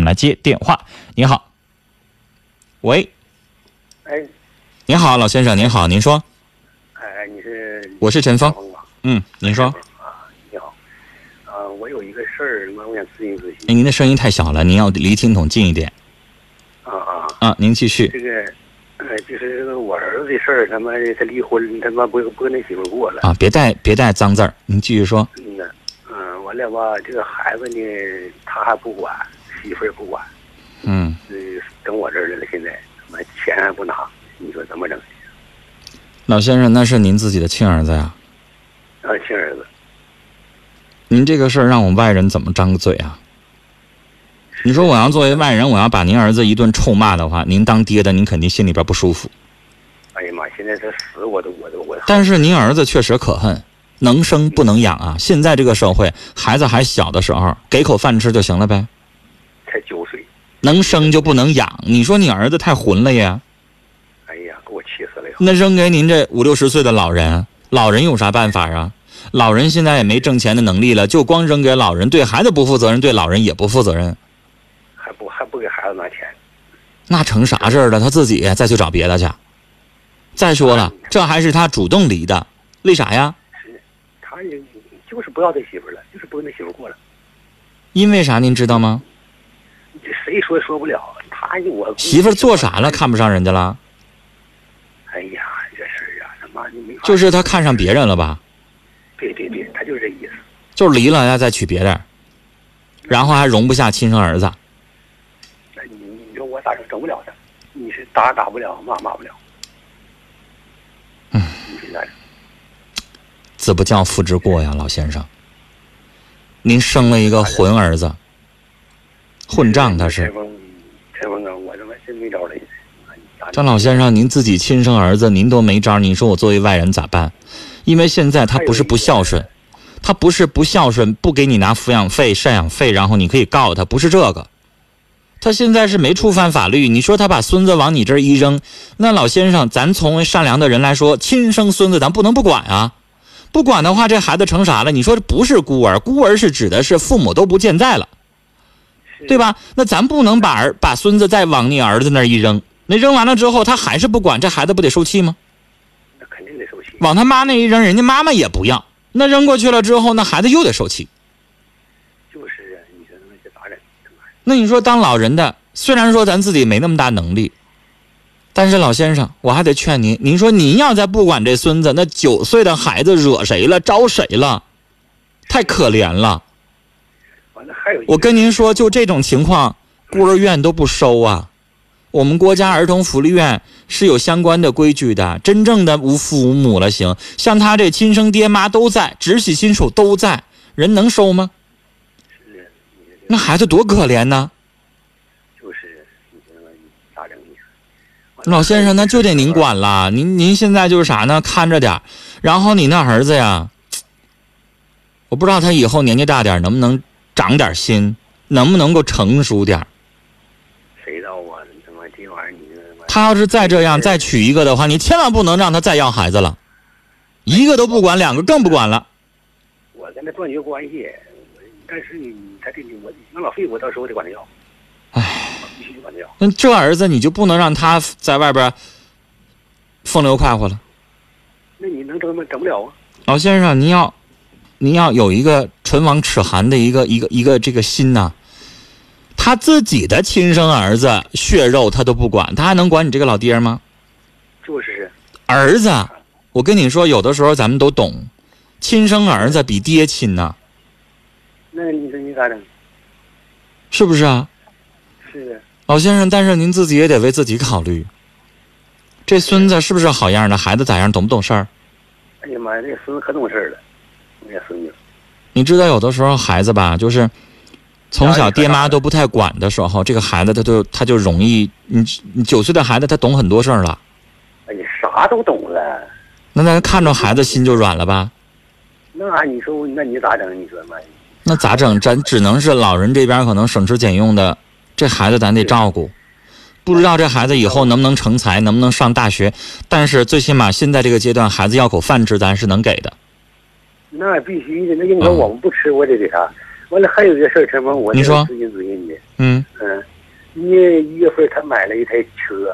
来接电话。你好，喂， 哎， 你好，老先生，您好，您说。 哎，你是？ 我是陈峰。您说。 你好，我有一个事儿，我想咨询咨询。 您的声音太小了，您要离听筒近一点。您继续。 这个，就是我儿子的事儿，他离婚，他不跟他媳妇过了。 别带脏字儿，您继续说。 完了吧，这个孩子呢，他还不管，媳妇也不管。等我这儿来了，现在钱还不拿，你说怎么整？ 老先生，那是您自己的亲儿子呀？ 亲儿子。 您这个事儿让我外人怎么张嘴啊？你说我要作为外人，我要把您儿子一顿臭骂的话，您当爹的，您肯定心里边不舒服。 哎呀妈，现在这死我。 但是您儿子确实可恨，能生不能养啊！现在这个社会，孩子还小的时候，给口饭吃就行了呗。 才9岁。 能生就不能养，你说你儿子太混了呀！ 哎呀，给我气死了。 那扔给您这50、60岁的老人有啥办法啊？老人现在也没挣钱的能力了，就光扔给老人，对孩子不负责任，对老人也不负责任。 还不给孩子拿钱， 那成啥事儿了？他自己再去找别的去。再说了，这还是他主动离的，为啥呀？ 他也就是不要他媳妇了，就是不跟他媳妇过了。 因为啥您知道吗？ 谁说不了，我媳妇做啥了？看不上人家了？ 哎呀，这事儿啊，他妈你没法。 就是他看上别人了吧？ 对，他就是这意思。 就是离了要再娶别人，然后还容不下亲生儿子。 那你说我咋整不了他？你是打不了，骂不了。你是咋整？ 子不教父之过呀，老先生。您生了一个混儿子。混账他是。 陈峰啊，我他妈真没招了。 张老先生，您自己亲生儿子您都没招，你说我作为外人咋办？因为现在他不是不孝顺，不给你拿抚养费、赡养费，然后你可以告他，不是这个。他现在是没触犯法律，你说他把孙子往你这儿一扔，那老先生，咱从善良的人来说，亲生孙子咱不能不管啊。不管的话，这孩子成啥了？你说这不是孤儿，孤儿是指的是父母都不健在了。对吧？那咱不能把孙子再往你儿子那儿一扔，那扔完了之后他还是不管，这孩子不得受气吗？ 那肯定得受气。 往他妈那一扔，人家妈妈也不要，那扔过去了之后，那孩子又得受气。 就是啊，你说这咋整？ 那你说当老人的，虽然说咱自己没那么大能力，但是老先生，我还得劝您，您说您要再不管这孙子，那9岁的孩子惹谁了，招谁了，太可怜了。我跟您说，就这种情况，孤儿院都不收啊。我们国家儿童福利院是有相关的规矩的，真正的无父无母了行，像他这亲生爹妈都在，直系亲属都在，人能收吗？那孩子多可怜呢。 就是你咋整？ 老先生，那就得您管了。您现在就是啥呢？看着点，然后你那儿子呀，我不知道他以后年纪大点能不能长点心，能不能够成熟点？ 谁知道啊？他妈这玩意儿他要是再这样再娶一个的话，你千万不能让他再要孩子了，一个都不管，2个更不管了。 我跟他断绝关系，但是他这我养老费我到时候得管他要。必须管他要。 那这儿子你就不能让他在外边风流快活了？ 那你能整不了啊？ 老先生，您要有一个唇亡齿寒的一个这个心呐。他自己的亲生儿子血肉他都不管，他还能管你这个老爹吗？ 就是儿子，我跟你说，有的时候咱们都懂，亲生儿子比爹亲呐。 那你说你咋整？ 是不是啊？ 是的。 老先生，但是您自己也得为自己考虑，这孙子是不是好样的？孩子咋样？懂不懂事儿？ 哎呀妈呀，这孙子可懂事儿了，我家孙女。 你知道有的时候孩子吧，就是从小爹妈都不太管的时候，这个孩子他就容易，你9岁的孩子他懂很多事儿了。 哎呀，啥都懂了。 那咱看着孩子心就软了吧？ 那你说，那你咋整？你说妈。 那咋整？咱只能是老人这边可能省吃俭用的，这孩子咱得照顾。不知道这孩子以后能不能成才，能不能上大学，但是最起码现在这个阶段，孩子要口饭吃，咱是能给的。 那必须的，那你说我们不吃，我得给他。完了还有一个事儿，陈峰，我你说咨询你。 今年1月份他买了一台车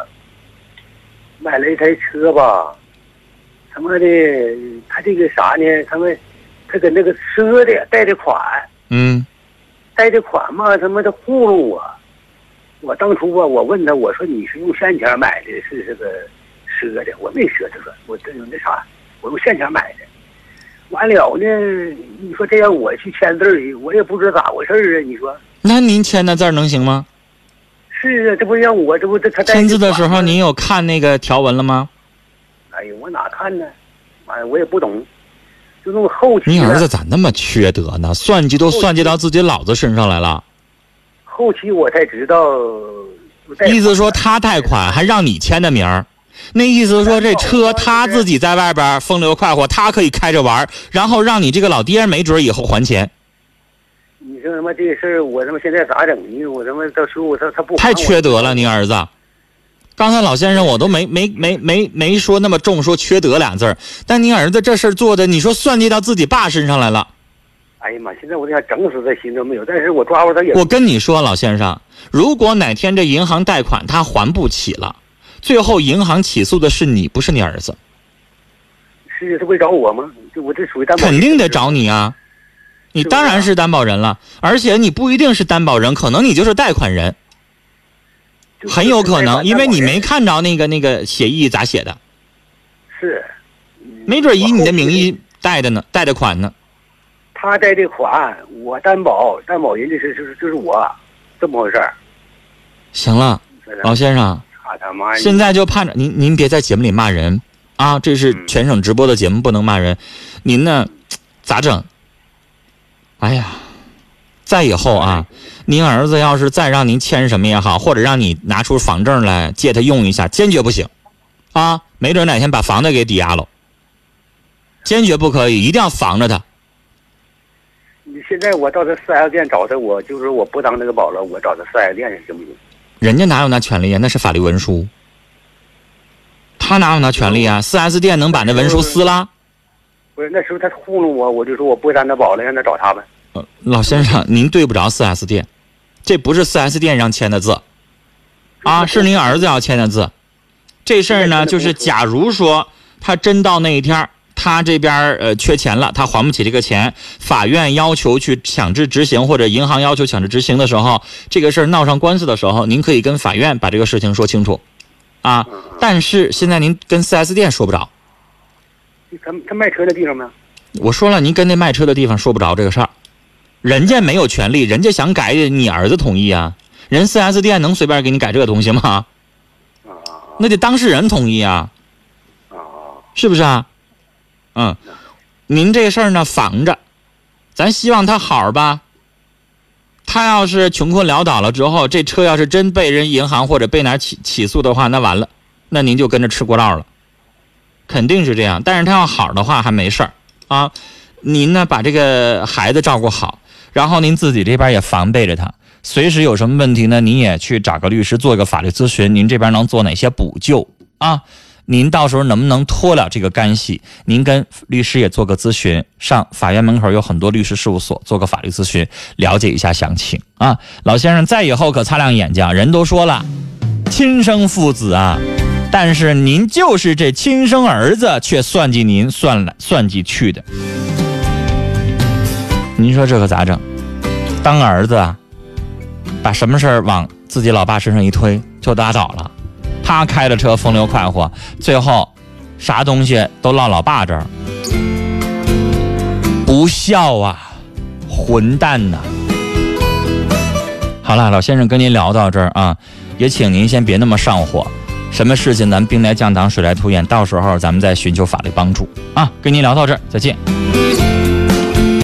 吧，他妈的，他这个啥呢？他跟那个车的贷的款，贷的款嘛，他妈的糊弄我。我当初吧，我问他，我说你是用现钱买的，是这个车的，我没说，他说我这那啥，我用现钱买的。完了呢，你说这样我去签字儿，我也不知道咋回事啊，你说？那您签的字能行吗？ 是啊，这不让我，这不他签字的时候，您有看那个条文了吗？ 哎呀，我哪看呢？哎，我也不懂，就那么后期。 你儿子咋那么缺德呢？算计都算计到自己老子身上来了。 后期我才知道， 意思说他贷款还让你签的名儿，那意思说这车他自己在外边风流快活，他可以开着玩，然后让你这个老爹没准以后还钱。 你说他妈这个事儿，我他妈现在咋整呢？我他妈到时候他不太缺德了，您儿子。刚才老先生我都没说那么重，说缺德俩字儿，但您儿子这事儿做的，你说算计到自己爸身上来了。 哎呀妈！现在我想整死他心都没有，但是我抓住他也。 我跟你说，老先生，如果哪天这银行贷款他还不起了，最后银行起诉的是你，不是你儿子。 是他会找我吗？我这属于担保人。 肯定得找你啊！你当然是担保人了，而且你不一定是担保人，可能你就是贷款人，很有可能，因为你没看着那个协议咋写的。 是。 没准以你的名义贷的呢，贷的款呢。 他贷的款，我担保人就是我，这么回事儿。 行了，老先生，现在就盼着您别在节目里骂人啊！这是全省直播的节目，不能骂人。您呢，咋整？哎呀，再以后啊，您儿子要是再让您签什么也好，或者让你拿出房证来借他用一下，坚决不行啊！没准哪天把房子给抵押了，坚决不可以，一定要防着他。 现在我到这4S店找他，我就是我不当那个保了，我找他4S店行不行？ 人家哪有那权利啊？那是法律文书，他哪有那权利啊？4S店能把那文书撕了？ 不是，那时候他糊弄我，我就说我不当他保了，让他找他们。 老先生，您对不着4S店，这不是4S店让签的字，啊，是您儿子要签的字。这事儿呢，就是假如说他真到那一天。他这边缺钱了，他还不起这个钱，法院要求去强制执行，或者银行要求强制执行的时候，这个事儿闹上官司的时候，您可以跟法院把这个事情说清楚，啊，但是现在您跟4S店说不着。 他卖车的地方吗？ 我说了，您跟那卖车的地方说不着这个事儿，人家没有权利，人家想改你儿子同意啊，人4S店能随便给你改这个东西吗？那得当事人同意啊，是不是啊？您这事儿呢防着，咱希望他好吧。他要是穷困潦倒了之后，这车要是真被人银行或者被哪起诉的话，那完了，那您就跟着吃过道了，肯定是这样。但是他要好的话还没事儿啊。您呢把这个孩子照顾好，然后您自己这边也防备着他，随时有什么问题呢，您也去找个律师做一个法律咨询，您这边能做哪些补救啊？您到时候能不能脱了这个干系？您跟律师也做个咨询，上法院门口有很多律师事务所，做个法律咨询，了解一下详情啊。老先生，再以后可擦亮眼睛，人都说了，亲生父子啊，但是您就是这亲生儿子，却算计您算计去的。您说这可咋整？当儿子啊，把什么事儿往自己老爸身上一推，就拉倒了。他开着车风流快活，最后啥东西都落老爸这儿，不孝啊，混蛋呐！好了，老先生跟您聊到这儿啊，也请您先别那么上火，什么事情咱兵来将挡，水来土掩，到时候咱们再寻求法律帮助啊。跟您聊到这儿，再见。